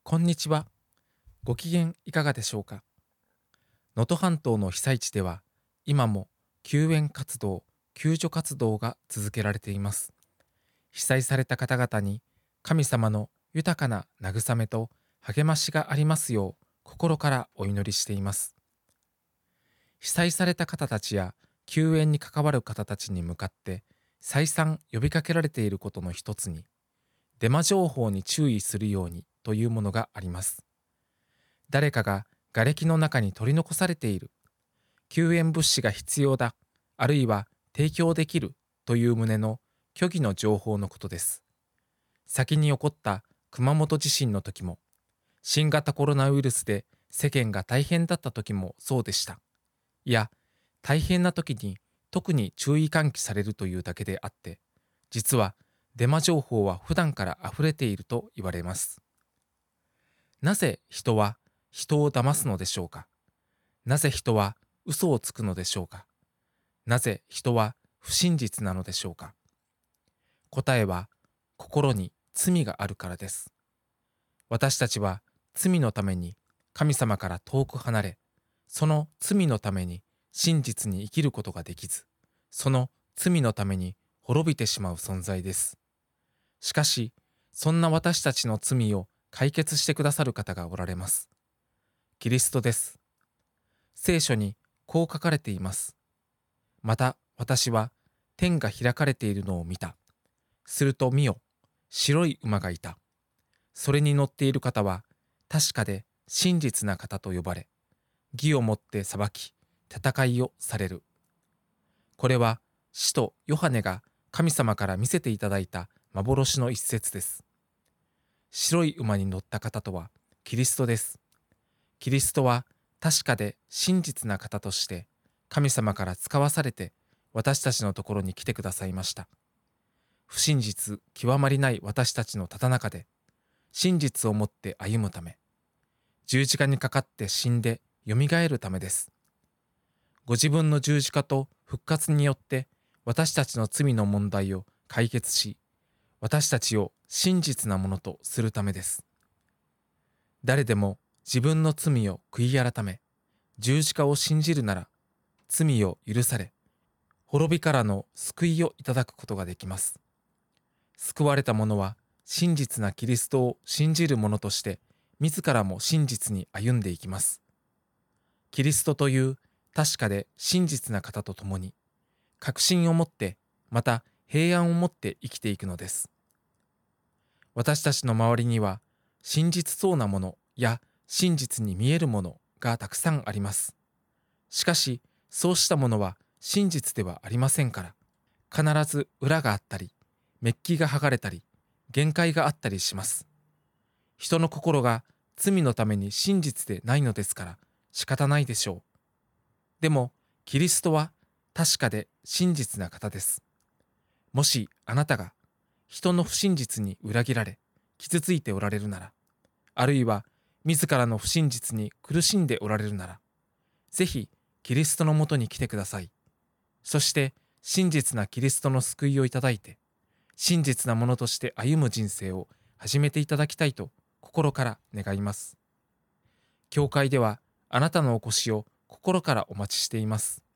こんにちは。ご機嫌いかがでしょうか。能登半島の被災地では、今も救援活動、救助活動が続けられています。被災された方々に神様の豊かな慰めと励ましがありますよう、心からお祈りしています。被災された方たちや救援に関わる方たちに向かって、再三呼びかけられていることの一つに、デマ情報に注意するようにというものがあります。誰かが瓦礫の中に取り残されている、救援物資が必要だ、あるいは提供できるという旨の虚偽の情報のことです。先に起こった熊本地震の時も、新型コロナウイルスで世間が大変だった時もそうでした。いや、大変な時に特に注意喚起されるというだけであって、実はデマ情報は普段から溢れていると言われます。なぜ人は人を騙すのでしょうか。なぜ人は嘘をつくのでしょうか。なぜ人は不真実なのでしょうか。答えは、心に罪があるからです。私たちは罪のために神様から遠く離れ、その罪のために真実に生きることができず、その罪のために滅びてしまう存在です。しかし、そんな私たちの罪を解決してくださる方がおられます。キリストです。聖書にこう書かれています。また私は天が開かれているのを見た。すると見よ、白い馬がいた。それに乗っている方は確かで真実な方と呼ばれ、義をもって裁き、戦いをされる。これは使徒ヨハネが神様から見せていただいた幻の一節です。白い馬に乗った方とはキリストです。キリストは確かで真実な方として神様から使わされて私たちのところに来てくださいました。不真実極まりない私たちのただ中で真実をもって歩むため、十字架にかかって死んでよみがえるためです。ご自分の十字架と復活によって私たちの罪の問題を解決し、私たちを真実なものとするためです。誰でも自分の罪を悔い改め、十字架を信じるなら、罪を許され、滅びからの救いをいただくことができます。救われた者は、真実なキリストを信じる者として、自らも真実に歩んでいきます。キリストという確かで真実な方と共に、確信を持って、また平安を持って生きていくのです。私たちの周りには、真実そうなものや真実に見えるものがたくさんあります。しかし、そうしたものは真実ではありませんから、必ず裏があったり、メッキが剥がれたり、限界があったりします。人の心が罪のために真実でないのですから仕方ないでしょう。でも、キリストは確かで真実な方です。もしあなたが人の不真実に裏切られ、傷ついておられるなら、あるいは自らの不真実に苦しんでおられるなら、ぜひキリストのもとに来てください。そして真実なキリストの救いをいただいて、真実なものとして歩む人生を始めていただきたいと心から願います。教会ではあなたのお越しを心からお待ちしています。